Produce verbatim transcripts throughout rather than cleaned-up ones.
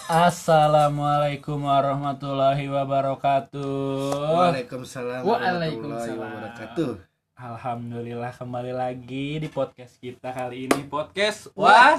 Assalamualaikum warahmatullahi wabarakatuh. Waalaikumsalam warahmatullahi wabarakatuh. Alhamdulillah kembali lagi di podcast kita kali ini, podcast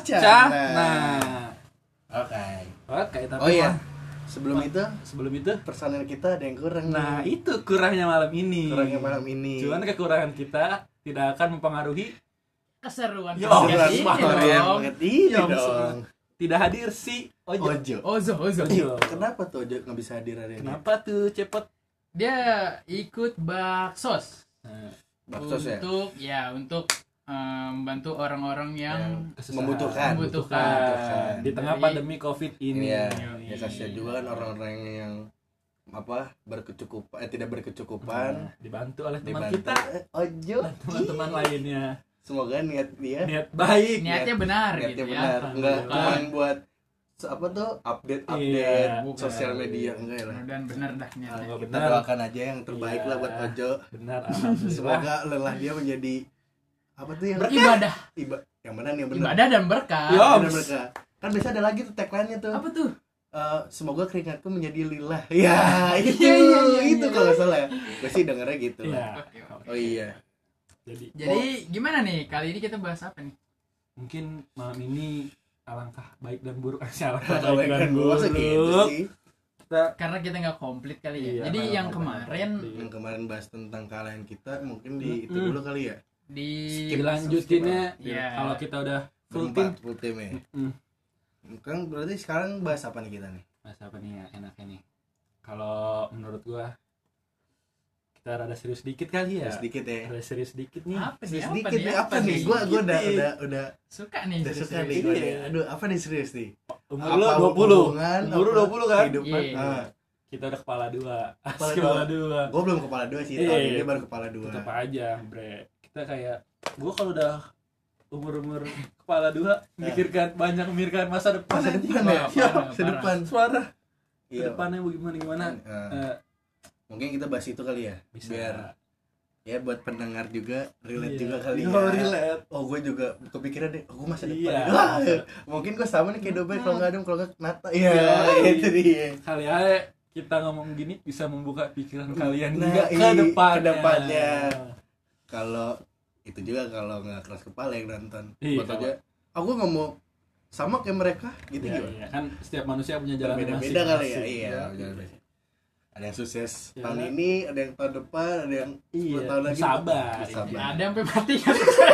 Wacana. Oke. Oke, tapi Oh iya, mah- sebelum itu sebelum itu, personel kita ada yang kurang. nah nih. itu kurangnya malam ini. kurangnya malam ini. Cuman kekurangan kita tidak akan mempengaruhi keseruan Yo, podcast keseruan ini Keren dong. banget ini Yo, dong. tidak hadir si Ojo. Ojo. Ozo, Ozo. Ojo. Kenapa tuh Ojo nggak bisa hadir hari ini? Kenapa tuh cepet? Dia ikut baksos Nah, Baksos ya. untuk ya untuk eh, membantu orang-orang yang kesusahan. Membutuhkan. Membutuhkan. Di tengah Jadi- pandemi Covid ini. Iya. Yoi. Ya kasihan juga kan orang-orang yang apa berkecukupan, eh, tidak berkecukupan. Nah, dibantu oleh teman Dibantu. kita Eh, Ojo. dan teman-teman lainnya. Semoga niat dia Niat baik. niatnya benar niatnya gitu benar. ya. Enggak Alhamdulillah. cuma buat se- apa tuh update-update Iya, bukan. sosial media enggak lah. Dan benar dah Ah, niatnya. nggak Kita benar. doakan aja yang terbaik Iya. lah buat Ojo. Benar, alhamdulillah. Semoga lelah dia menjadi apa tuh yang Ibadah, iba yang mana nih yang benar? ibadah dan berkah. Yo. Benar mereka. Kan biasa ada lagi tuh tagline-nya tuh. Apa tuh? Eh, semoga keringatku menjadi lillah. Ya, itu Iya, iya, iya, itu iya. kalau nggak salah ya. Gue sih dengernya gitu. Iya. lah. Oke, oke. Oh iya. Jadi Jadi gimana nih kali ini kita bahas apa nih? mungkin malam ini alangkah baik dan buruk sih, alangkah Kalau baik dan kan gue masa gitu buruk. sih. Kita Karena kita nggak komplit kali ya. Iya, Jadi memang yang benar. kemarin Yang kemarin bahas tentang kalian kita mungkin di itu Mm-mm. dulu kali ya. di dilanjutinnya Iya. kalau kita udah full Berempat, team. full team ya. Mm. Kan berarti sekarang bahas apa nih kita nih? Mas apa nih ya enaknya nih? Kalau menurut gua kita rada serius dikit kali ya. Sedikit ya. Rada serius dikit nih. apa nih? Serius Apa dikit nih? nih apa nih? Gua gua udah Sedikit. udah udah Suka nih. udah suka serius-serius. nih gua Iya. nih. Aduh, apa nih serius nih? Umur Apa lu dua puluh. hubungan, Umur lu apa dua puluh kan? Kehidupan. Iya. Ah. Kita udah kepala dua. Kepala Asli dua. kepala dua. Gue belum kepala dua sih, Iya, tahun iya. ini baru kepala dua. Tetap aja, bre. Kita kayak gua kalau udah umur-umur kepala dua mikirkan banyak memikirkan masa depan. Masa anjing. depan ya? Parah, Ya, parah, Masa depan. suara Iya. kedepannya bagaimana gimana. Nah, Eh, mungkin kita bahas itu kali ya. bisa. Biar ya buat pendengar juga relate Iya. juga kali Yo, ya. relate. Oh, gue juga kepikiran deh. Oh, gue masa depan. Iya. Wah, mungkin gue sama nih kayak Dobe kalau nggak Adem, kalau nggak Nata. Iya, Iya. itu dia. Kali aja kita ngomong gini bisa membuka pikiran kalian Nah, juga iya, ke depannya. ke depannya. Kalau itu juga kalau nggak keras kepala yang nonton. Iya, Buat aja. Aku nggak mau sama kayak mereka gitu Iya, gimana? iya. Kan setiap manusia punya jalan Beda-beda kali ya. masing-masing. Iya, jalan masing. Ada yang sukses Ya. tahun ini, ada yang tahun depan, ada yang sepuluh Iya, tahun lagi. sabar. Sabar. Ada sampai mati kan.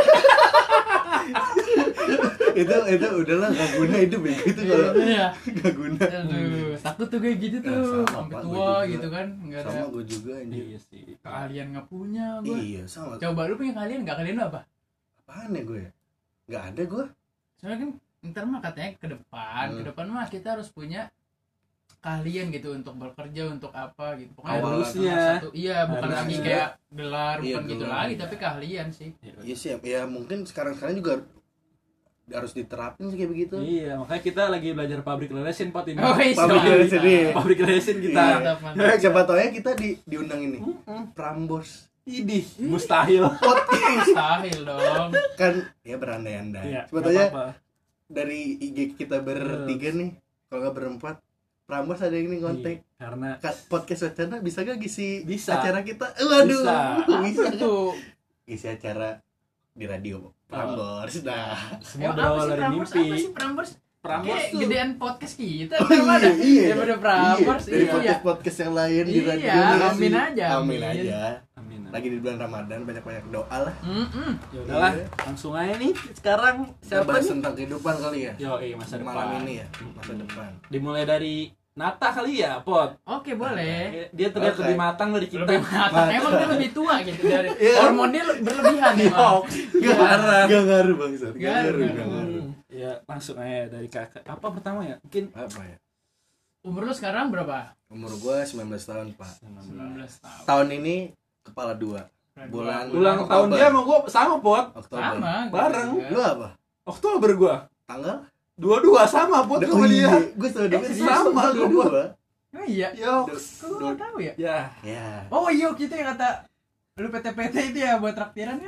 itu itu udahlah nggak guna hidup ya itu kalau Iya. nggak guna. Aduh, takut tuh kayak gitu Ya, tuh. sama, Sampai Pak, tua gua juga. gitu kan. Enggak ada Sama gue juga anjir. Iya sih. keahlian nggak punya gue. Iya sama. Coba lu punya keahlian nggak? Keahlian lu apa? Apaan ya gue ya? Nggak ada gue. Soalnya kan ntar mah katanya ke depan, Hmm. ke depan mah kita harus punya keahlian gitu untuk bekerja untuk apa gitu. Pokoknya Awalnya. harusnya satu iya bukan Harusnya. lagi kayak gelar Iya, bukan gitu gelar. lagi tapi keahlian sih. Iya sih ya mungkin sekarang sekarang juga harus diterapin sih kayak begitu. Iya, makanya kita lagi belajar public relation pot ini. Oh, iya, Public soalnya. relation, iya. Public relation kita. Iya. Mantap, mantap. Ya, siapa tau ya kita di diundang ini Mm-mm. Prambors Idih, mustahil. podcast Mustahil dong. kan ya berandai-andai. Iya, Siapa nggak tau ya apa-apa. dari I G kita bertiga nih kalau nggak berempat Prambors ada yang nih kontak. Iya, karena Ka- podcast wacana bisa gak ngisi Bisa. acara kita? Waduh, Bisa. bisa Apa tuh? isi acara di radio Prambors. Nah, semua Emang apa berawal sih dari Prambors? mimpi. Apa sih Prambors? Prambors Kayak tuh gedean podcast kita. Oh, Daripada iya, iya. daripada Prambors. Iya, dari Iya. podcast podcast yang lain di Iya, radio nih. amin aja, Amin amin. aja. Amin. Lagi di bulan Ramadan banyak-banyak doa lah. Mm-mm. Ya udahlah, Iya. langsung aja nih. Sekarang Kita siapa bahas nih? tentang kehidupan kali ya. Yo, eh, masa depan. Malam ini ya, masa depan. Dimulai dari Nata kali ya, Pot. Oke, boleh. Dia terlihat Oke. lebih matang dari kita. Lebih matang. Emang dia lebih tua gitu dari Iya. hormon dia berlebihan Yo, emang. gak parah. Gak ngaruh bangsat. Gak Gak ngaruh, ngaruh. gak ngaruh. Hmm, ya langsung aja dari kakak. Apa pertama ya? Mungkin Apa ya? Umur lu sekarang berapa? Umur gua sembilan belas tahun, Pak. sembilan belas tahun. Tahun ini kepala dua. Bulan ulang Oktober. tahun dia sama gua sama, Pot. Oktober. Sama. Bareng. Lu apa? Oktober gua. Tanggal? Dua-dua sama, Pot, Oh, sama dia. Gue sama dia Eh, sama, dua gua. dua. Oh iya. Yo. Kok lu nggak tahu ya? Ya. Ya. Oh iya gitu yang kata lu P T P T itu ya buat traktiran ya?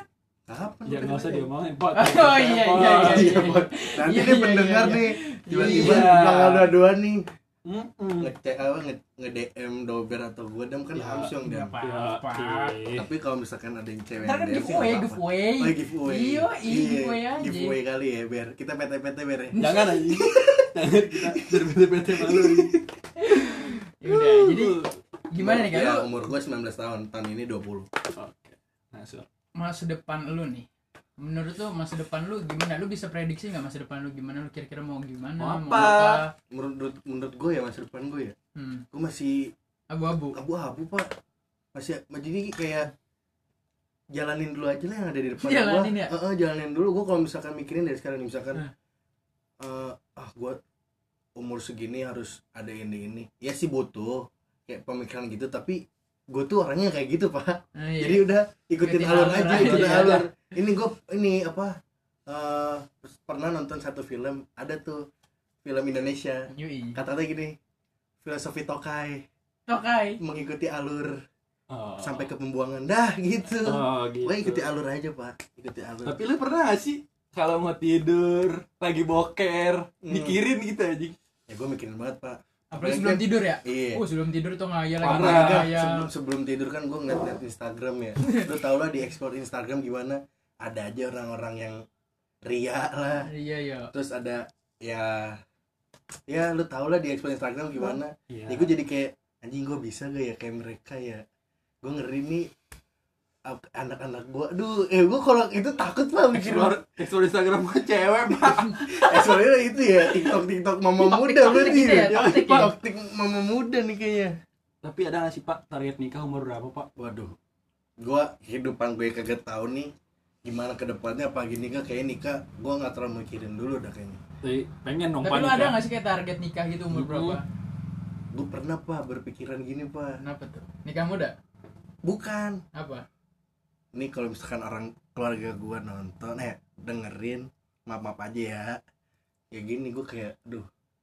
Kapan? Ya nggak usah diomongin Pak. Oh iya iya iya. Iya, Pak. Nanti Iya, dia iya, pendengar iya, nih. Tiba-tiba Iya. tanggal dua-dua nih. Mm-mm. Ngecek apa nge, nge-D M Dober atau gue dem kan Ya, langsung Nggak dia. apa-apa. Oke. Tapi kalau misalkan ada yang cewek Ntar kan yang D M sih giveaway, nggak apa-apa. giveaway. Oh, giveaway. Iya, iya, giveaway aja. Giveaway kali ya, biar kita P T P T biar ya. Jangan aja. Jangan kita berbeda-beda malu. Ya udah, jadi gimana nih Ya, kalau umur gue sembilan belas tahun, tahun ini dua puluh. Oke. Masuk. masa depan lu nih? Menurut lu masa depan lu gimana? Lu bisa prediksi nggak masa depan lu gimana? Lu kira-kira mau gimana? Mau Mau apa? apa? Menurut menurut gue ya masa depan gue ya, Hmm. gue masih Abu-abu. abu-abu pak, masih jadi kayak jalanin dulu aja lah yang ada di depan Jalanin gue. ya? Heeh, jalanin dulu. Gue kalau misalkan mikirin dari sekarang nih, misalkan Nah. eh, ah gue umur segini harus ada ini ini, ya sih butuh kayak pemikiran gitu, tapi gue tuh orangnya kayak gitu pak. Nah, iya. Jadi udah ikutin Ikutin alur alur aja, aja, ikutin iya. alur. Ini gue ini apa eh, pernah nonton satu film, ada tuh film Indonesia, Yui. kata-kata gini, filosofi Tokai, Tokai. mengikuti alur Oh. sampai ke pembuangan, dah gitu. Oh, gitu. Wah, ikuti alur aja pak, ikuti alur. Tapi lu pernah gak sih kalau mau tidur lagi boker Hmm. mikirin gitu aja? Ya gue mikirin banget pak. Apalagi Apalagi sebelum kan- tidur ya? Iya. Oh, sebelum tidur tuh ngayal lagi Parah. Enggak, ngayal. sebelum, sebelum tidur kan gue ngeliat-ngeliat Instagram ya. Lu tau lah di explore Instagram gimana, ada aja orang-orang yang ria lah. Iya, iya. Terus ada ya ya lu tau lah di explore Instagram gimana. Iya. Ya gue jadi kayak anjing, gue bisa gak ya kayak mereka ya. Gue ngeri nih ap- anak-anak gue. Aduh, eh gue kalau itu takut pak mikir. Explore, explore Instagram gue cewek pak. Explore itu ya TikTok TikTok mama TikTok- muda TikTok berarti gitu ya, ya. toktik ya? TikTok tik mama muda nih kayaknya. Tapi ada gak sih pak target nikah umur berapa pak? Waduh, gue kehidupan gue kagak tahu nih gimana kedepannya, apa gini nikah kayak nikah gue nggak terlalu mikirin dulu dah kayaknya. Tapi pengen dong Tapi pak lu nikah. ada nggak sih kayak target nikah gitu umur Mm-mm. berapa? Gue pernah pak berpikiran gini pak. Kenapa tuh? Nikah muda? Bukan, Apa? nih kalau misalkan orang keluarga gue nonton eh dengerin, maaf maaf aja ya. Ya gini gue kayak, aduh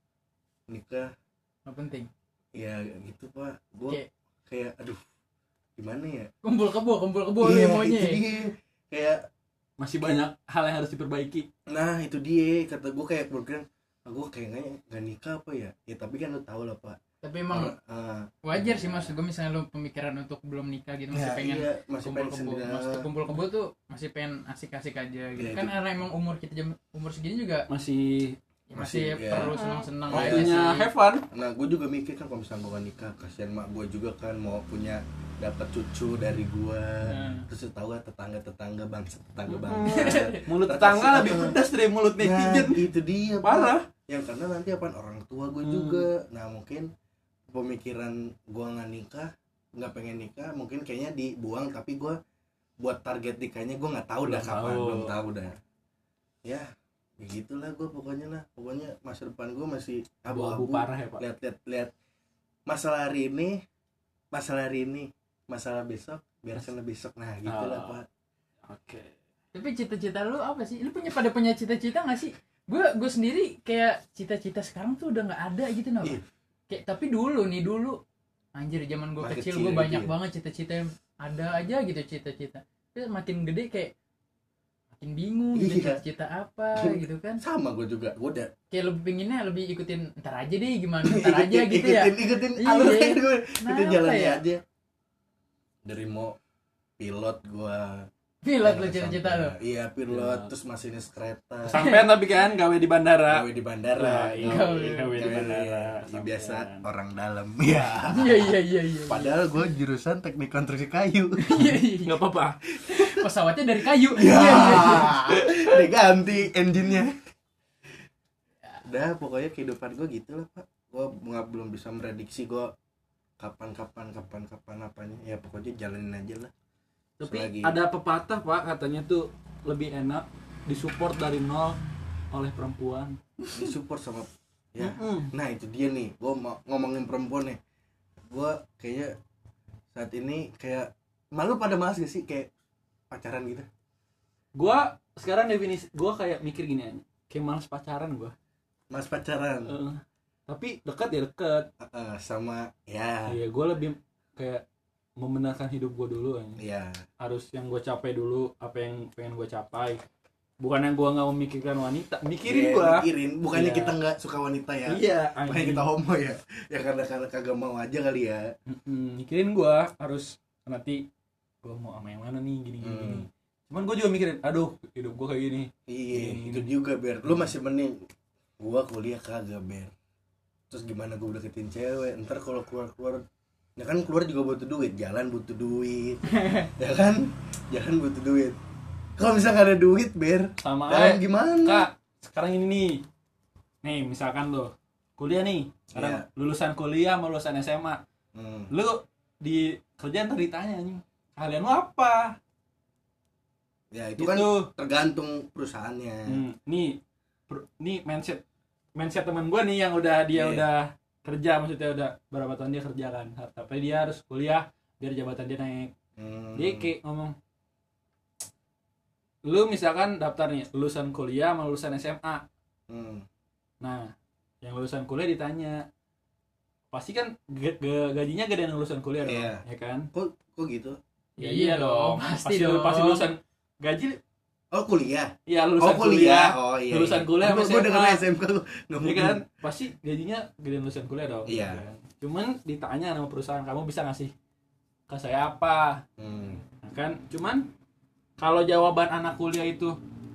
nikah Nggak penting. ya gitu pak. Gue Kayak kayak aduh gimana ya. kumpul kebo, kumpul kebo lu Iya, yang maunya. itu ya? dia. Kayak Masih banyak hal yang harus diperbaiki. nah itu dia kata gue kayak berpikiran, ah, gue kayaknya gak nikah apa ya. Ya tapi kan lu tau lah pak. Tapi emang Orang- ah, wajar sih maksud gue, misalnya lu pemikiran untuk belum nikah gitu masih ya, pengen iya, masih kumpul pengen kebo, sendiri. maksud kumpul kebo tuh masih pengen asik-asik aja gitu. Iya, Kan itu. karena emang umur kita jam umur segini juga Masih ya masih, Masih, ya. perlu senang-senang aja waktunya sih. have fun. Nah gue juga mikir kan kalau misalnya gue gak nikah, kasihan mak gue juga kan mau punya dapat cucu dari gue. Hmm. Terus lu tau gak tetangga tetangga bangsa tetangga Hmm. bangsa. Mulut Terkasih- tetangga lebih pedas dari mulut Nah netizen. itu dia Pak. Parah. Yang karena nanti apaan orang tua gue Hmm. juga. Nah mungkin pemikiran gue nggak nikah, nggak pengen nikah, mungkin kayaknya dibuang. Tapi gue buat target nikahnya gue nggak tahu dah Belum kapan, tahu. belum tahu dah. Ya, ya gitulah gue pokoknya lah. Pokoknya masa depan gue masih Abu-abu abu-abu. parah ya pak. Lihat lihat lihat masalah hari ini, masalah hari ini, masalah besok, biarkan besok. Nah gitulah Oh. Pak. Oke. Tapi cita-cita lu apa sih? Lu punya pada punya cita-cita nggak sih? Gue gue sendiri kayak cita-cita sekarang tuh udah nggak ada gitu napa? Ih. Kayak tapi dulu nih dulu anjir zaman gue Masih kecil kecil gue gitu banyak ya? banget cita-cita yang ada aja gitu cita-cita. Tapi makin gede kayak makin bingung gitu Iya. cita-cita apa gitu kan. Sama gue juga, gue udah Kayak lebih pinginnya lebih ikutin ntar aja deh gimana ntar aja ikutin, gitu ya. ikutin, ikutin Iya. alurnya gue, Kenapa ikutin jalannya ya? aja. Dari mau pilot gue, Pilot lu cita-cita lu. iya pilot, Pilot. terus masinis kereta, Sampean tapi kan gawe di bandara. gawe di bandara, Nah, iya, gawe. gawe di Gawe, bandara. ya, biasa Sampean. orang dalam. Iya. Iya iya iya iya. Padahal gue jurusan teknik konstruksi kayu. Iya iya. Nggak apa-apa. Pesawatnya dari kayu. Ya, Iya iya iya. diganti engine-nya. Udah pokoknya kehidupan gue gitu lah Pak. Gue nggak belum bisa prediksi gue kapan-kapan kapan-kapan apanya. Ya pokoknya jalanin aja lah. Tapi Selagi- ada pepatah pak katanya tuh lebih enak disupport dari nol oleh perempuan. Disupport sama ya. Mm-mm. Nah itu dia nih, gue mau ngomongin perempuan nih. Gue kayaknya saat ini kayak malu pada mas gak sih kayak pacaran gitu. Gua sekarang definisi gua kayak mikir gini aja. Kayak males pacaran gua. Mas pacaran Eh, tapi dekat ya dekat. Eh, sama ya Iya, gua lebih kayak membenarkan hidup gue dulu aja. Iya. Harus yang gue capai dulu, apa yang pengen gue capai. Bukan yang gue nggak memikirkan wanita, mikirin Iya, gue. mikirin. Bukannya Iya. kita nggak suka wanita ya. Iya, Bukannya anjing. kita homo ya. Ya karena karena kagak mau aja kali ya. Mm-mm, mikirin gue harus nanti gue mau sama yang mana nih gini gini. Hmm. gini. Cuman gue juga mikirin, aduh hidup gue kayak gini. Iya, Gini, itu gini. juga Ber. Lu masih mending gua kuliah kagak Ber. Terus gimana gua deketin cewek? Ntar kalau keluar-keluar, ya kan keluar juga butuh duit, jalan butuh duit. Ya kan? Jalan butuh duit. Kalau misalnya nggak ada duit Ber, Sama jalan aja. gimana? Kak, sekarang ini nih. Nih, misalkan lo kuliah nih. Sekarang Iya. lulusan kuliah sama lulusan S M A. Hmm. Lu di kerjaan ntar ditanya anjing. Kalian lu apa? Ya itu Itu kan tergantung perusahaannya. hmm, nih per- nih mindset mindset teman gue nih yang udah dia Iya. udah kerja, maksudnya udah berapa tahun dia kerja kan. Tapi dia harus kuliah biar jabatan dia naik. Hmm. Dia kayak ngomong, lu misalkan daftar nih lulusan kuliah sama lulusan S M A. Hmm. Nah, yang lulusan kuliah ditanya, pasti kan g- g- gajinya gedean lulusan kuliah dong, Iya. ya kan? Kok kok gitu? Ya, Iya dong, pasti dong. pasti lulusan gaji, Oh kuliah. ya Oh lulusan kuliah. kuliah, Oh iya. lulusan iya. kuliah Gua sama gua S M A. dengernya S M K lu nggak ya mungkin. kan? Pasti gajinya gedean lulusan kuliah dong. Iya. ya kan? Cuman ditanya sama perusahaan, kamu bisa ngasih ke saya apa? Hmm. Nah, kan? Cuman kalau jawaban anak kuliah itu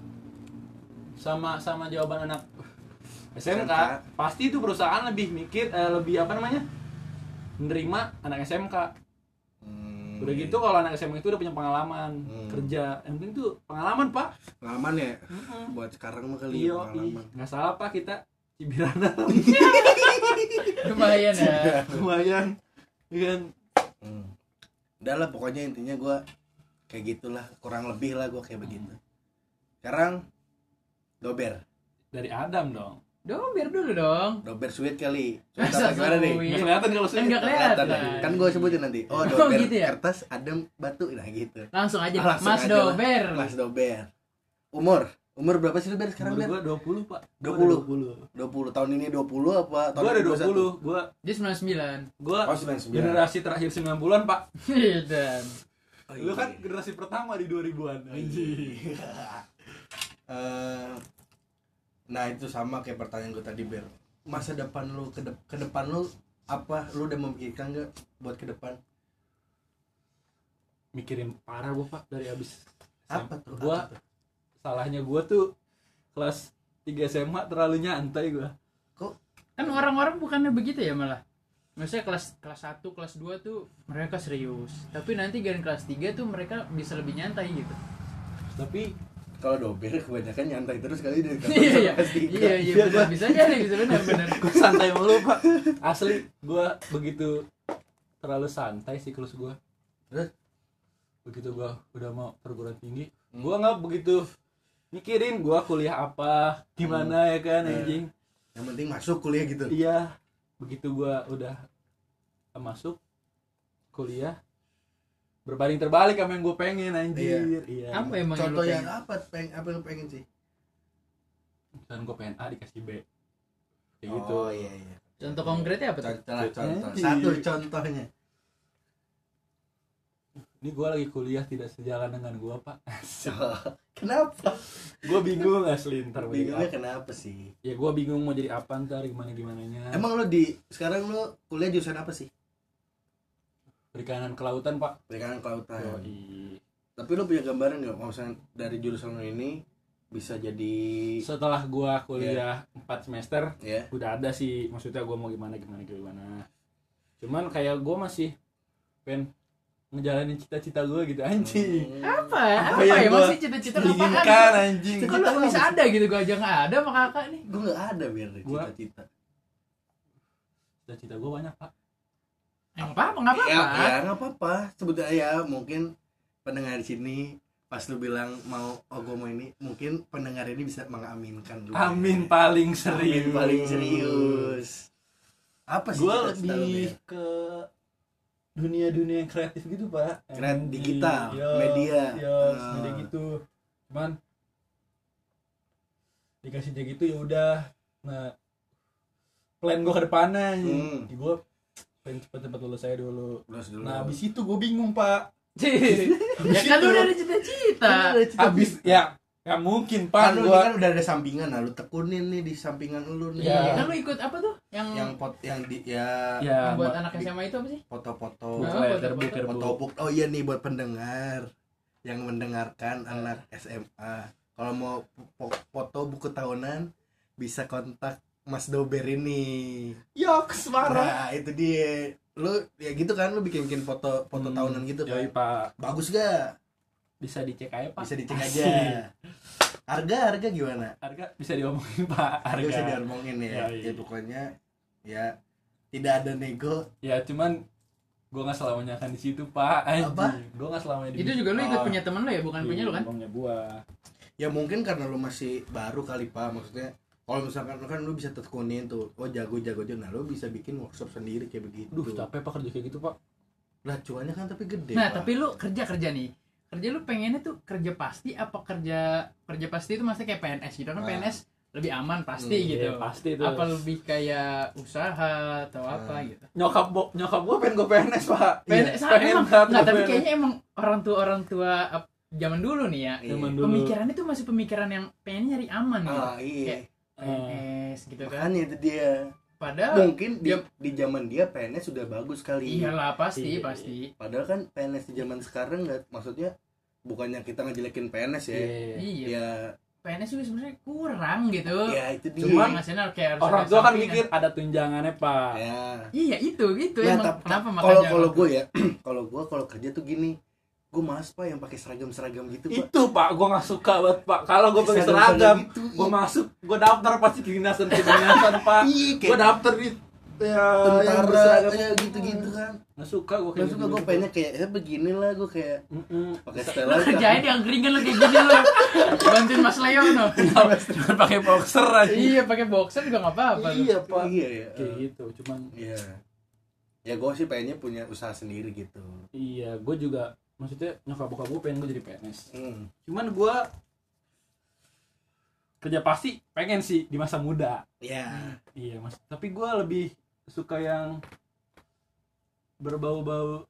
sama sama jawaban anak S M K, S M K. pasti itu perusahaan lebih mikir eh, lebih apa namanya? Menerima anak S M K. Hmm. Udah gitu kalau anak S M K itu udah punya pengalaman Hmm. kerja. Yang penting tuh pengalaman, Pak. Pengalaman ya. Mm-mm. Buat sekarang mah kali Iya, pengalaman. nggak salah Pak, kita Cibirana. Lumayan ya. Lumayan. Iya kan? Hmm. Udah lah pokoknya intinya gue kayak gitulah, kurang lebih lah gue kayak begitu. Sekarang dober, Dari Adam dong. Dong, biar dulu dong. dober sweet kali. Sweet Masa apa gimana nih? sweet? Nggak kelihatan kalau Kan sweet. nggak Kelihatan kelihatan. nih. Kan gue sebutin nanti. Oh Oh, dober gitu ya? kertas, adem, batu, nah gitu. Langsung aja, Langsung Mas aja lah. Dober. Mas dober. Umur, umur berapa sih lu Ber sekarang Umur Ber? gua dua puluh, Pak. dua Gua puluh. ada dua puluh. dua puluh tahun ini dua puluh apa tahun Gua ada ini dua dua puluh satu? puluh. Gua Dia sembilan puluh sembilan. gua Oh sembilan puluh sembilan. generasi terakhir sembilan puluhan, Pak. Iya dan. Oh, Lu iya. kan generasi pertama di dua ribuan. Anjing. Eh, nah itu sama kayak pertanyaan gue tadi Ber, masa depan lu ke, de- ke depan lu apa, lu udah memikirkan nggak buat ke depan? Mikirin parah gua, Pak, dari abis Apa tuh? Gua Apa tuh? salahnya gua tuh kelas tiga S M A terlalu nyantai gua. Kan orang-orang bukannya begitu ya malah. Maksudnya kelas kelas satu, kelas dua tuh mereka serius. Tapi nanti giliran kelas tiga tuh mereka bisa lebih nyantai gitu. Tapi Kalau dober kebanyakan nyantai terus kali dari kelas Iya satu iya. kelas tiga. Iya iya benar, bisa jadi bisa benar benar. gua santai mulu, Pak. Asli gua begitu terlalu santai sih kelas gua. Terus? Begitu gua udah mau perguruan tinggi, Hmm. gua nggak begitu mikirin gua kuliah apa, gimana ya kan, Hmm. anjing. Yang penting masuk kuliah gitu. Iya, begitu gua udah masuk kuliah, berbanding terbalik sama yang gue pengen, anjir. Iya. Apa emang yang lu Contoh yang pengen? apa? Peng, apa yang lu pengen sih? Dan gue pengen A dikasih B. Kayak Oh gitu. iya iya. Contoh konkretnya apa tuh? Contoh lah, contoh. Anjir. Satu contohnya. Ini gue lagi kuliah tidak sejalan dengan gue, Pak. Kenapa? Gue bingung asli ntar mau jadi Bingungnya apa. kenapa sih? Ya gue bingung mau jadi apa ntar, gimana gimananya. Emang lu di sekarang lu kuliah jurusan apa sih? Perikanan kelautan, Pak. Perikanan kelautan. Yoi. Tapi lu punya gambaran nggak, maksudnya dari jurusan lu ini bisa jadi Setelah gue kuliah empat semester, ya? udah ada sih, maksudnya gue mau gimana gimana gimana. Cuman kayak gue masih pengen ngejalanin cita-cita gue gitu, anjing. Hmm. Apa ya? Apa Apa yang ya? gua Masih cita-cita apaan? Inginkan, anjing. Kok lu bisa ada gitu, gua aja nggak ada sama kakak nih. Gue nggak ada biar Gua- cita-cita. Cita-cita gue banyak, Pak. Yang apa? Nggak apa-apa. Ya, ya nggak apa-apa. Sebut aja, mungkin pendengar di sini pas lu bilang mau oh gue mau ini, mungkin pendengar ini bisa mengaminkan lu. Amin paling serius. Amin paling serius. Apa sih Gue cita-cita lu, lebih Ber? ke dunia-dunia yang kreatif gitu, Pak. Kreatif Yang digital, di- yo, media. yo, Ah. media gitu. Cuman dikasih kayak gitu ya udah. Nah, plan gue ke depannya, Hmm. gue pengen cepet-cepet lulus saya dulu. Lulus dulu. Nah abis itu gue bingung pak. Ya kan lu udah ada cita-cita. Abis ya nggak mungkin pak. Kan lu ini Gua kan udah ada sampingan, nah lu tekunin nih di sampingan lu nih. Ya. Iya kan lu ikut apa tuh? Yang Yang pot yang di ya ya yang buat ma- anak S M A itu apa sih? foto-foto. Nah, Booklet, foto-foto. book, Foto book. book. Oh iya nih buat pendengar yang mendengarkan anak S M A. Kalau mau po- foto buku tahunan bisa kontak Mas Dober ini. Yoks marah. Nah, itu dia. Lu ya gitu kan lu bikin-bikin foto foto Hmm, tahunan gitu kan. Yoi pak. Bagus gak? Bisa dicek aja pak. Bisa dicek aja. Harga harga gimana? Harga bisa diomongin pak. Harga Harga bisa diomongin ya. Yoi. Ya pokoknya ya tidak ada nego. Ya cuman gue nggak selamanya akan di situ pak. Apa? Gue nggak selamanya di Itu juga lu ikut Oh, punya temen lu ya, bukan punya lu kan? Punya gua. Ya mungkin karena lu masih baru kali Pak, maksudnya kalau misalkan lu kan lu bisa tekunin tuh, oh jago-jago aja, nah lu bisa bikin workshop sendiri kayak begitu. Duh capek pak kerja kayak gitu pak. Lah cuannya kan tapi gede. Nah, Pak. tapi lu kerja-kerja nih. Kerja lu pengennya tuh kerja pasti apa kerja kerja pasti itu maksudnya kayak P N S gitu kan? Ah. P N S lebih aman pasti Hmm, gitu. Iya, pasti itu. Apa lebih kayak usaha atau apa Ah. gitu. Nyokap bo- nyokap gua pengen gua P N S pak. P N S pengen emang banget enggak, gua tapi P N S. kayaknya emang orang tua orang tua ap- zaman dulu nih ya. Iya. Zaman dulu. Pemikirannya tuh masih pemikiran yang pengen nyari aman gitu. Ah iya. Kayak P N S gitu kan. Makanya itu dia. Padahal Mungkin di, dia- di zaman dia P N S sudah bagus kali. iyalah pasti Iya. pasti. Padahal kan P N S di zaman sekarang nggak, maksudnya bukannya kita ngejelekin P N S ya. Iya. Iya. Ya, P N S juga sebenarnya kurang gitu. ya itu dia. Cuman Nasional kayak harus Orang ada tua kan sampingan. mikir ada tunjangannya pak. ya. Iya itu gitu Nah, emang tap- kenapa kalau makanya kalau gue ya, kalau gue kalau kerja tuh gini, gue malas Pak yang pakai seragam-seragam gitu Pak. Itu pak gua nggak suka banget pak. Kalau gua pakai Seragam-seragam seragam, gitu, gua iya. masuk, gua daftar pasti kedinasan kedinasan pak. Iya, kayak Gua daftar di ya, yang tentara berseragam ya gitu-gitu kan. Nggak suka gua kayak Nggak suka gue pengennya kayak ya beginilah gue kayak Mm-mm. pakai lu setelan kerjain yang keringan lu kayak gini lu bantuin Mas Leo no. Cuman pakai boxer aja. Iya pakai boxer juga nggak apa-apa lu. Iya pak. iya ya Kayak gitu, cuman iya ya gue sih pengennya punya usaha sendiri gitu. iya, gue juga maksudnya nyokap bokap gue pengen gue jadi P N S. hmm. Cuman gue kerja pasti pengen sih di masa muda. ya Iya mas. Tapi gue lebih suka yang berbau-bau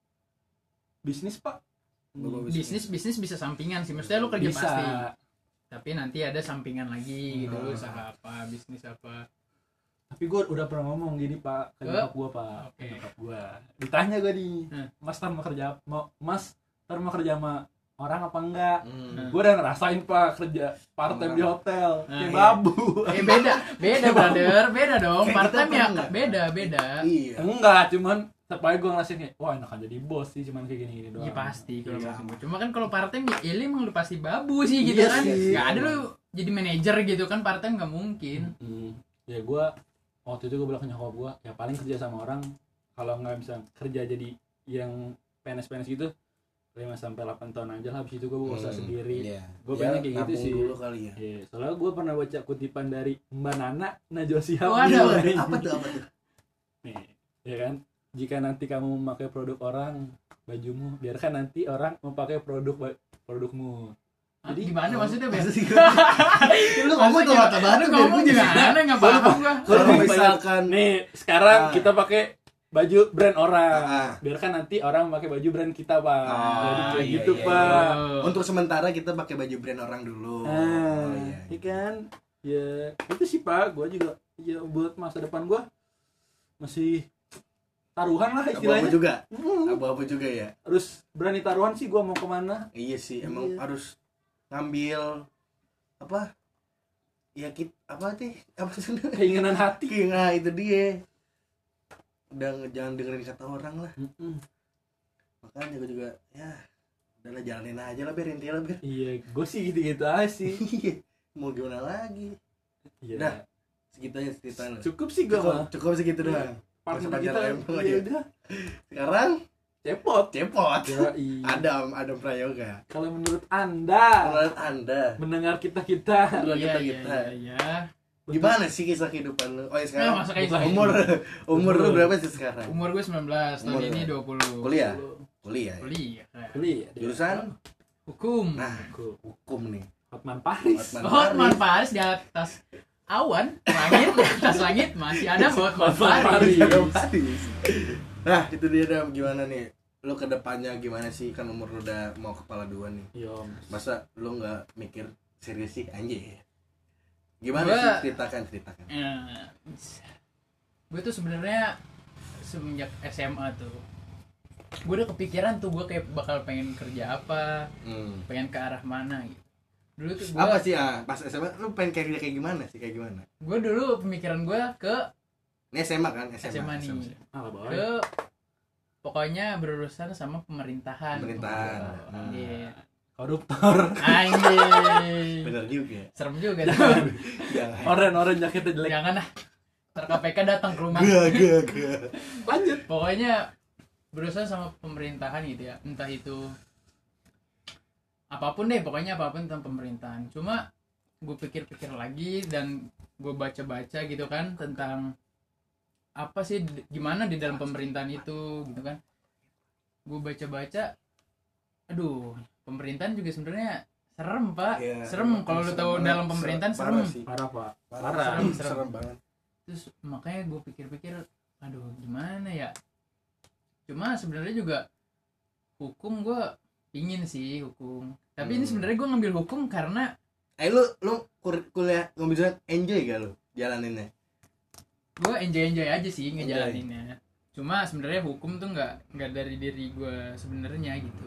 bisnis pak. Berbau Bisnis bisnis bisa sampingan sih maksudnya lu kerja Bisa. pasti. Tapi nanti ada sampingan lagi gitu lu Hmm. usaha apa bisnis apa. Tapi gue udah pernah ngomong gini pak ke Eh? nyokap gue pak. Oke. Ke nyokap gue. Ditanya gue nih, Hmm. mas tar mau kerja mau mas tar mau kerja sama orang apa enggak? hmm. Gue udah ngerasain pak kerja part time di hotel Nah, kayak iya. babu. Eh beda, beda brother, beda dong. Kayak Part kita time ya pernah. beda, beda. iya Enggak, cuman supaya gue ngerasain kayak wah enak jadi bos sih cuman kayak gini-gini doang. Iya pasti kalau Iya. babu. Cuma kan kalau part time ya lu emang lu pasti babu sih gitu Iya kan. sih. Gak ada lu jadi manajer gitu kan part time gak mungkin. Hmm. Ya gue waktu itu gue bilang ke nyokap gue ya paling kerja sama orang kalau nggak bisa kerja jadi yang P N S P N S gitu lima sampai delapan tahun aja lah, habis itu gue usaha Hmm, sendiri. iya. Gue Ya, pengen kayak gitu nabung sih. dulu kali ya. Iya, soalnya gue pernah baca kutipan dari Mbak Nana Najwa Shihab. Waduh, Nih, Waduh, apa tuh apa tuh nih, ya kan? Jika nanti kamu memakai produk orang bajumu, biarkan nanti orang memakai produk ba- produkmu. Hah, Jadi gimana maksudnya Bes? lu ngomong tuh kata baru Lu ngomong gimana enggak paham gua. kalau misalkan nih sekarang Ah. kita pakai baju brand orang, Ah. biarkan nanti orang pakai baju brand kita pak. Ah, Jadi kayak iya, gitu iya, pak. Oh. untuk sementara kita pakai baju brand orang dulu. Ah, Oh, iya. iya kan? Ya itu sih pak, gue juga ya buat masa depan gue masih taruhan lah Abu-abu istilahnya. juga. Hmm. Abu-abu juga ya. Harus berani taruhan sih gue mau kemana. Iya sih, emang Iya. harus ngambil apa? Ya kita apa sih? Apa sih? Keinginan hati. Nah, itu dia. Udah nge- jangan dengerin kata orang lah. Mm-mm. Makanya gue juga ya udahlah jalanin aja lah ber intinya lah ber. Iya, gue sih gitu-gitu aja sih. Iya. Mau gimana lagi? Iya. Udah. Segitu aja cerita lu. Cukup sih gue Cukup, mah. cukup segitu Iya. doang. Partner Masa kita panjang lempeng aja. ya udah Sekarang cepot. cepot. Yoi. Adam, Adam Prayoga. Kalau menurut anda Menurut Anda, mendengar kita kita menurut Iya, kita iya, kita, iya, iya. gimana sih kisah kehidupan lu? Oh ya Nah, sekarang masa kayak Bukan. gitu. umur umur lu Umur. berapa sih sekarang? Umur gue sembilan belas, tahun Umur ini berapa? dua puluh. Kuliah, kuliah. ya? Kuliah. kuliah Jurusan? Hukum. Nah, Aku hukum nih. Hotman Paris. Hotman Oh, Hotman Paris di atas awan, langit di atas langit masih ada Hotman Paris. Paris. Nah itu dia Dam, gimana nih lu ke depannya gimana sih, kan umur lu udah mau kepala dua nih, Yo, masa lu nggak mikir serius sih anjir, gimana Gua- sih, ceritakan ceritakan. Eh, gue tuh sebenarnya semenjak S M A tuh gue udah kepikiran tuh gue kayak bakal pengen kerja apa, Hmm. pengen ke arah mana gitu. Dulu tuh gue Apa sih ah pas S M A lu pengen kayak kayak gimana sih, kayak gimana? gue dulu pemikiran gue ke Ini S M A kan, S M A, S M A nih, ala boy. ke pokoknya berurusan sama pemerintahan. Pemerintahan. Oh, Hmm. iya. Koruptor. Anjing. Bener juga ya. Serem juga tuh. Jangan. Oren oren jaketnya jelek. Jangan lah. Ntar K P K datang ke rumah. Gak gak gak. Lanjut. Pokoknya berurusan sama pemerintahan gitu ya. Entah itu apapun deh, pokoknya apapun tentang pemerintahan. Cuma gue pikir-pikir lagi dan gue baca-baca gitu kan tentang apa sih di- gimana di dalam pemerintahan itu gitu kan. Gue baca-baca, aduh, pemerintahan juga sebenarnya serem pak, Iya, serem kalau lu serem tahu banget. dalam pemerintahan serem. Parah sih. Parah pak. Parah, Parah. serem, Serem. serem banget. Terus makanya gue pikir-pikir, aduh gimana ya. Cuma sebenarnya juga hukum gue pingin sih hukum. Tapi ini Hmm. sebenarnya gue ngambil hukum karena Eh lu lu kur- kuliah ngambil jurusan enjoy gak lu jalaninnya? gue enjoy-enjoy aja sih ngejalaninnya. Cuma sebenarnya hukum tuh nggak nggak dari diri gue sebenarnya gitu.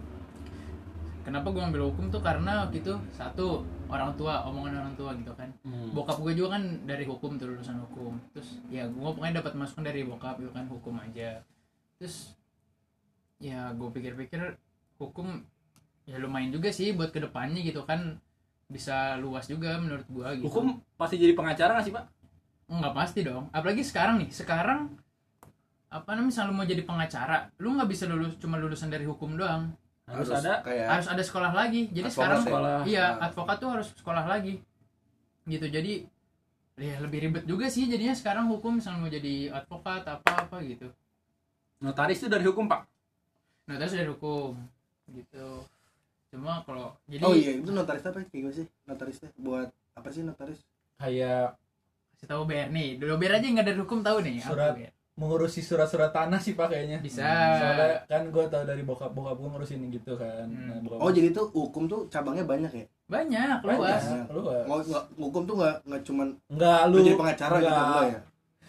Kenapa gue ngambil hukum tuh karena waktu itu satu orang tua, omongan orang tua gitu kan. Hmm. Bokap gue juga kan dari hukum tuh, lulusan hukum. Terus ya gue pokoknya dapat masukan dari bokap itu kan hukum aja. Terus ya gue pikir-pikir hukum ya lumayan juga sih buat kedepannya gitu kan, bisa luas juga menurut gue gitu. Hukum pasti jadi pengacara nggak sih pak? Nggak pasti dong, apalagi sekarang nih, sekarang apa namanya, misalnya lu mau jadi pengacara, lu nggak bisa lulus cuma lulusan dari hukum doang, Harus, ada. kayak harus ada sekolah lagi. Jadi Advokat sekarang ya? Sekolah. iya, Ah. advokat tuh harus sekolah lagi gitu. Jadi ya lebih ribet juga sih jadinya sekarang hukum, misalnya mau jadi advokat apa apa gitu. Notaris itu dari hukum pak. Nah terus dari hukum gitu. Cuma kalau jadi Oh iya, itu notaris apa kayak gimana sih? Notarisnya buat apa sih notaris? Kayak kasih tahu B R nih, dulu B R aja nggak dari hukum tahu nih apa Surat. B R? mengurusi surat-surat tanah sih pak kayaknya. Bisa. Soalnya kan gue tau dari bokap bokap gue ngurusin gitu kan. Hmm. Nah, bokap Oh jadi tuh hukum tuh cabangnya banyak ya? Banyak, luas. Banyak. lu gak? Mau nggak hukum tuh nggak nggak cuman Enggak lu lu. jadi pengacara gitu enggak. enggak ya?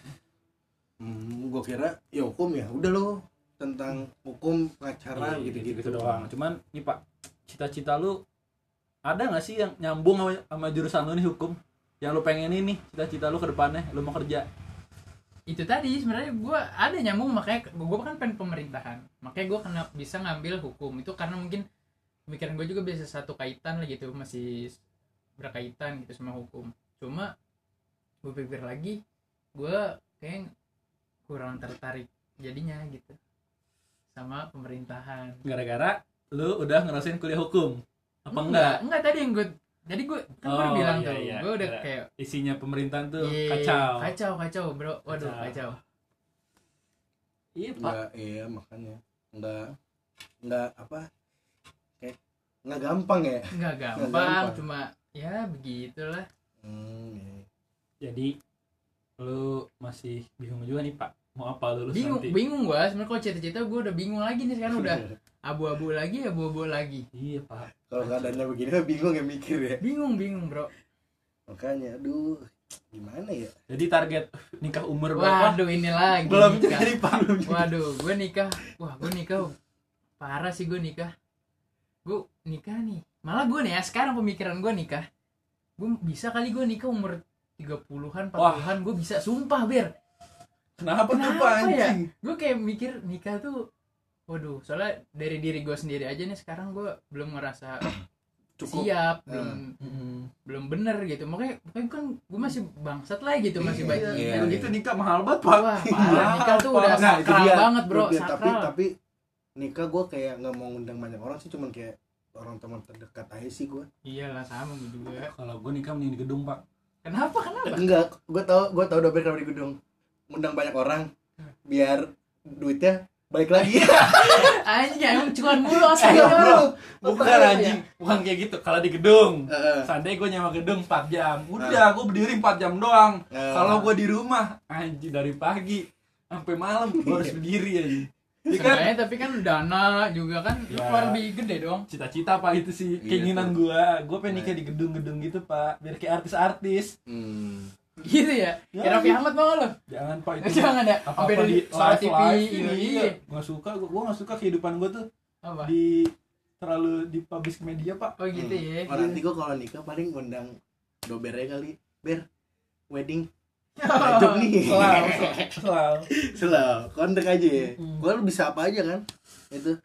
Hmm, gua kira ya hukum ya udah lo tentang hukum pengacara Iya, gitu-gitu gitu doang. Cuman nih pak, cita-cita lu ada nggak sih yang nyambung sama, sama jurusan lu nih hukum? Yang lu pengen ini cita-cita lu ke depannya, lu mau kerja? Itu tadi sebenarnya gue ada nyambung, makanya gue kan pengen pemerintahan, makanya gue kena bisa ngambil hukum itu karena mungkin pemikiran gue juga bisa satu kaitan lah gitu, masih berkaitan gitu sama hukum. Cuma gue pikir lagi, gue kayak kurang tertarik jadinya gitu sama pemerintahan. Gara-gara lu udah ngerasain kuliah hukum apa enggak? Enggak tadi yang gue, jadi gue kan Oh, baru bilang iya, tuh, iya. gue udah Gara- kayak Isinya pemerintahan tuh "Iya, kacau. kacau, kacau bro, waduh Kacau. kacau. Iya pak. Enggak, iya makanya enggak enggak apa kayak enggak gampang ya. Nggak gampang, gampang. cuma ya begitulah. Hmm, iya. Jadi lu masih bingung juga nih pak, mau apa lulus Bingung, nanti? bingung gua sebenarnya kalau cita-cita gua udah bingung lagi nih, sekarang udah abu-abu lagi, abu-abu lagi. Iya pak. Kalau keadaannya begini mah bingung ya mikir ya. Bingung, bingung bro. Makanya aduh gimana ya? Jadi target nikah umur berapa? Waduh ini lagi Belum nikah. jadi pak. Belum jadi. Waduh, gua nikah, wah gua nikah parah sih, gua nikah. Gua nikah nih, malah gua nih ya sekarang pemikiran gua nikah. Gua bisa kali gua nikah umur tiga puluhan, empat puluhan, gua bisa, sumpah Ber. Kenapa, tuh Kenapa pak ya? anjing? Gue kayak mikir nikah tuh, waduh, soalnya dari diri gue sendiri aja nih sekarang gue belum ngerasa Cukup. siap, Ah. belum Mm-mm. belum bener gitu. Makanya, makanya kan gue masih bangsat lah gitu, masih baik. Iya, Iya, iya. gitu nikah mahal banget pak. Wah, parah, nikah tuh Nah, udah itu sakral dia. banget bro, Itu dia. Tapi sakral. tapi nikah gue kayak nggak mau ngundang banyak orang sih, cuman kayak orang teman terdekat aja sih gue. Iyalah sama gue juga. Kalau gue nikah mending di gedung pak. Kenapa? Kenapa? Enggak, gue tau gue tau dobel kalau di gedung ngundang banyak orang biar duitnya balik lagi. Anjing emang cuan mulu Ayo, asli bro. orang. Bukan Betul, anjing, bukan kayak gitu. Kalau di gedung, Heeh. santai gue nyewa gedung empat jam. Udah, gue berdiri empat jam doang. Eh. Kalau gue di rumah, anjing dari pagi sampai malam gue harus berdiri aja. Ya kan? Seenggaknya tapi kan dana juga kan lu Ya. keluar lebih gede dong. Cita-cita Pak itu sih, Iya, keinginan tuh. gue. Gue pengen nikah di gedung-gedung gitu Pak, biar kayak artis-artis. Hmm. Gitu ya. Ya, Kayak Raffi iya. Ahmad mau lu. Jangan Pak itu. Jangan ya. Apa Sampai apa di di Suara live T V live iya. iya. Nggak suka, gue gue nggak suka kehidupan gue tuh Apa? di terlalu di publish ke media Pak. Oh gitu ya. Oh, nanti gue kalau nikah paling undang dobernya kali. Ber wedding. Oh. Job nih. Selalu, selalu. Selalu kontak aja ya. Hmm. Gue bisa apa aja kan? Itu.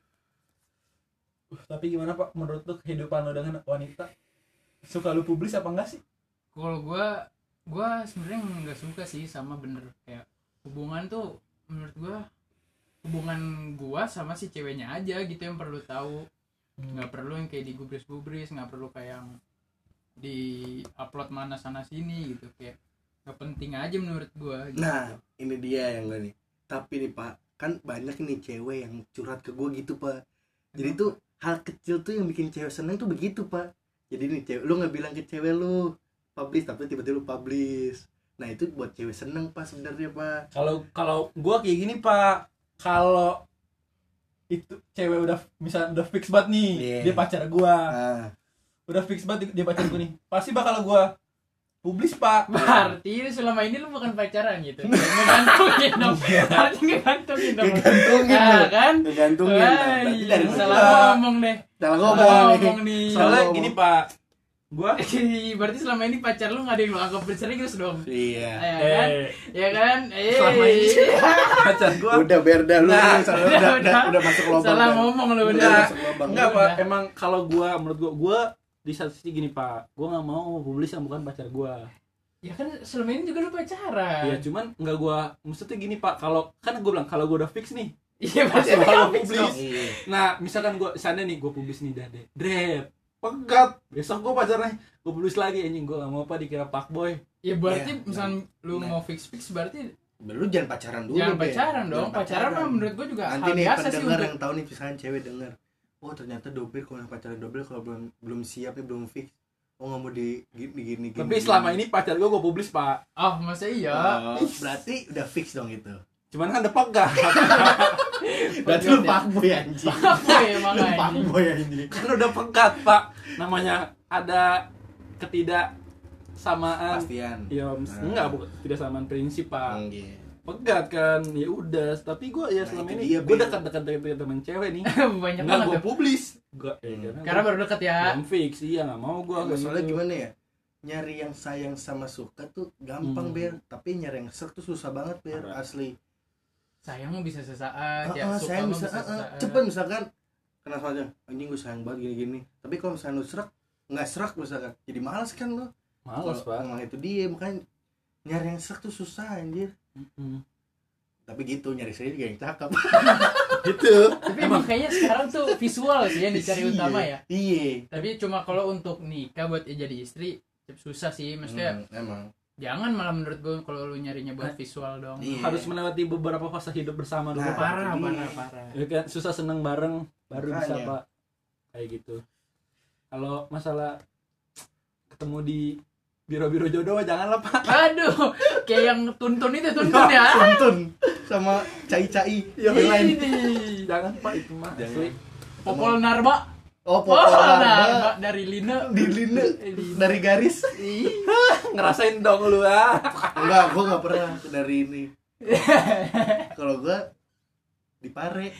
Uh, tapi gimana Pak, menurut lu kehidupan lu dengan wanita? Suka lu publis apa enggak sih? Kalau gua gua sebenarnya nggak suka sih sama bener kayak hubungan tuh menurut gua hubungan gua sama si ceweknya aja gitu yang perlu tahu. Nggak perlu yang kayak digubris-gubris, nggak perlu kayak yang di upload mana sana sini gitu kayak nggak penting aja menurut gua gitu. Nah, ini dia yang gue nih. Tapi nih Pak, kan banyak nih cewek yang curhat ke gue gitu Pak. Jadi tuh hal kecil tuh yang bikin cewek seneng tuh begitu Pak. Jadi nih cewek, lu nggak bilang ke cewek lu publish, tapi tiba-tiba lu publish. Nah itu buat cewek seneng Pak sebenarnya Pak. Kalau kalau gua kayak gini Pak, kalau itu cewek udah misalnya udah fix banget nih, Yeah. dia pacar gua. Nah, Udah fix banget dia pacar gua nih. Pasti bakal gua publis Pak. Berarti selama ini lu bukan pacaran gitu. Ngegantungin dong. Berarti ngegantungin dong. Kegantungin Nah, lu. kan? Kegantungin. Nah, berarti dari Wah, situ salah lah. ngomong deh. Salah Salah ngomong ngomong nih. nih. Soalnya ngomong. gini Pak, gua Berarti selama ini pacar lu gak ada yang lu anggap serius dong. Iya. Ya kan? eh Ya kan? Eh. selama ini pacar gua Udah berda lu. Nah, Salah- udah, udah, udah, udah. udah masuk lubang. Salah Dan. ngomong lu Udah udah. masuk lubang. enggak Udah. Pak, emang kalau gua menurut gua gua di satu sisi gini Pak, gua nggak mau publis yang bukan pacar gua. Ya kan selama ini juga lu pacaran. Iya cuman nggak gua, maksudnya gini Pak, kalau kan gua bilang kalau gua udah fix nih, Iya pasti Kalau bakal publis. fix dong. Iya. nah misalkan gua sana nih gua publis nih dah deh, Dret, pegat, besok gua pacarnya gua publis lagi anjing, gua nggak mau apa dikira fuckboy. Ya berarti Iya. misalnya lu Nah. mau fix-fix berarti Lu jangan pacaran dulu. jangan Be. pacaran dong. Jangan Pacaran mah menurut gua juga Nanti hal nih biasa sih pendengar untuk yang tahu nih misalkan cewek denger, oh ternyata dobel kalau yang pacaran dobel kalau belum belum siap nih belum fix, oh nggak mau di gini gini gini. Tapi selama ini pacar gua gua publis Pak, oh masa iya. Oh, berarti udah fix dong itu. cuman kan ada pegat. Berarti lu fuckboy anjing. Apa ya Lu makanya? fuckboy anjing. Kan udah pegat Pak, namanya ada ketidaksamaan. Pastian. Ya Nah. enggak, bukan tidak samaan prinsip Pak. Hmm, iya. Pegat kan, ya udah. Tapi gue ya Nah, selama itu ini dia, gue Ben. dekat-dekat dengan temen cewek nih. Banyak Enggak banget. gue tuh. publis. Gue eh, Hmm. Karena baru deket ya. belum fix, iya nggak mau gue. Masalahnya gimana ya? Nyari yang sayang sama suka tuh gampang Hmm. Ber, tapi nyari yang serk tuh susah banget Ber, Parah. asli. Sayang mah bisa sesaat, Ah, ya ah, suka sayang mah bisa, bisa ah, ah. sesaat. cepet misalkan kenapa aja anjing gue sayang banget gini-gini, tapi kalau misalnya lu serak nggak serak misalkan jadi malas kan lu. Males Kalau Pak. emang itu dia, makanya nyari yang serak tuh susah anjir. Mm-mm. Tapi gitu nyari saya juga yang cakep. Gitu. Tapi emang kayaknya sekarang tuh visual sih yang dicari Iya, utama ya. Iya. Tapi cuma kalau untuk nikah buat jadi istri susah sih, maksudnya Hmm, emang. jangan malah menurut gue kalau lu nyarinya buat visual dong. Iya. Harus melewati beberapa fase hidup bersama dulu Nah, Pak. Parah, itu dia. parah, parah. Ya kan susah seneng bareng baru bisa Makanya. Pak. Kayak gitu. Kalau masalah ketemu di biro-biro jodoh mah janganlah Pak. Aduh, kayak yang tuntun itu tuntun ya. Tuntun sama cai-cai yang lain. Ini. Jangan Pak itu mah. Jangan. Asli. Popol Narba. Oh, Popol popol Narba Narba dari Lina. di line dari garis. Ih. Ngerasain dong lu ah. Enggak, gua enggak pernah dari ini. Kalau gua di Pare.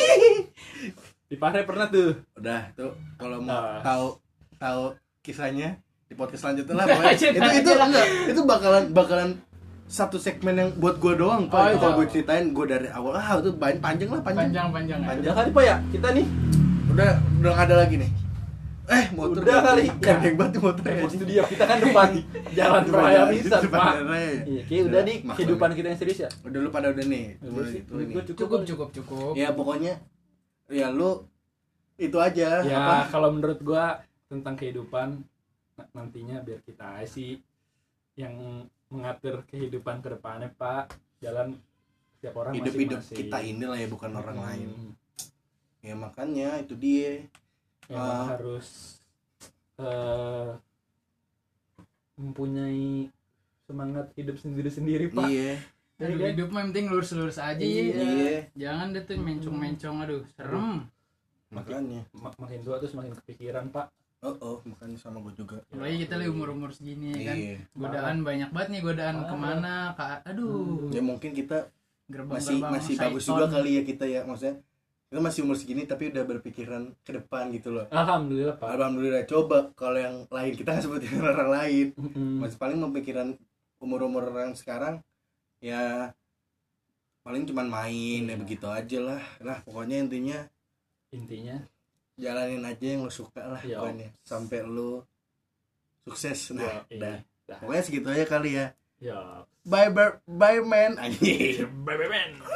Di Pare pernah tuh. Udah, tuh kalau mau Nah. tahu tahu kisahnya di podcast selanjutnya lah pokoknya. Cerita itu itu aja lah. enggak, itu bakalan bakalan satu segmen yang buat gua doang Pak. Oh, Itu iya. kalau gue ceritain gua dari awal ah itu banyak panjang lah panjang. Panjang-panjang. ya. Panjang. Udah kali Pak ya kita nih. Udah udah nggak ada lagi nih. Eh, motor Udah kali. Gandeng banget motor Repot studio kita kan depan jalan Depan raya jalan- bisa depan Pak. jalan raya. Iya, kayak udah nih Maksudnya. kehidupan kita yang serius ya. Udah lu pada udah nih. Udah Mulai sih, itu menurut ini. gua Cukup, cukup, cukup. Ya pokoknya ya lu itu aja Ya apa? kalau menurut gua tentang kehidupan n- nantinya biar kita sih yang mengatur kehidupan ke depannya Pak, jalan Setiap orang hidup-hidup masing-masing. kita inilah ya, bukan orang Hmm. lain. Ya makanya itu dia. Emang Ah. harus eh, mempunyai semangat hidup sendiri-sendiri pak. Iya. Aduh, Iya kan? hidup mah yang penting lurus-lurus aja Iya. ya. Iya. Jangan deh tuh mencong-mencong, aduh serem. Makanya. Mak- makin tua terus makin kepikiran pak. Oh, oh, makanya sama gue juga. Apalagi kita lagi umur-umur segini ya kan. Iya. Godaan banyak banget nih, godaan Parah. kemana, Kak. Aduh. Ya mungkin kita Gerbang-gerbang masih masih bagus syaiton. juga kali ya kita ya, maksudnya kita masih umur segini tapi udah berpikiran ke depan gitu loh. Alhamdulillah pak. Alhamdulillah. Coba kalau yang lain kita nggak sebutin orang lain, Mm-mm. masih paling mempikiran umur-umur orang sekarang ya paling cuman main ya Iya. begitu aja lah. Lah pokoknya intinya Intinya jalanin aja yang lo suka lah Yo. pokoknya sampai lo sukses. Nah, Yo, dah. iya. Pokoknya segitu aja kali ya. Ya. Bye bye bye man. Anjir. Bye bye man.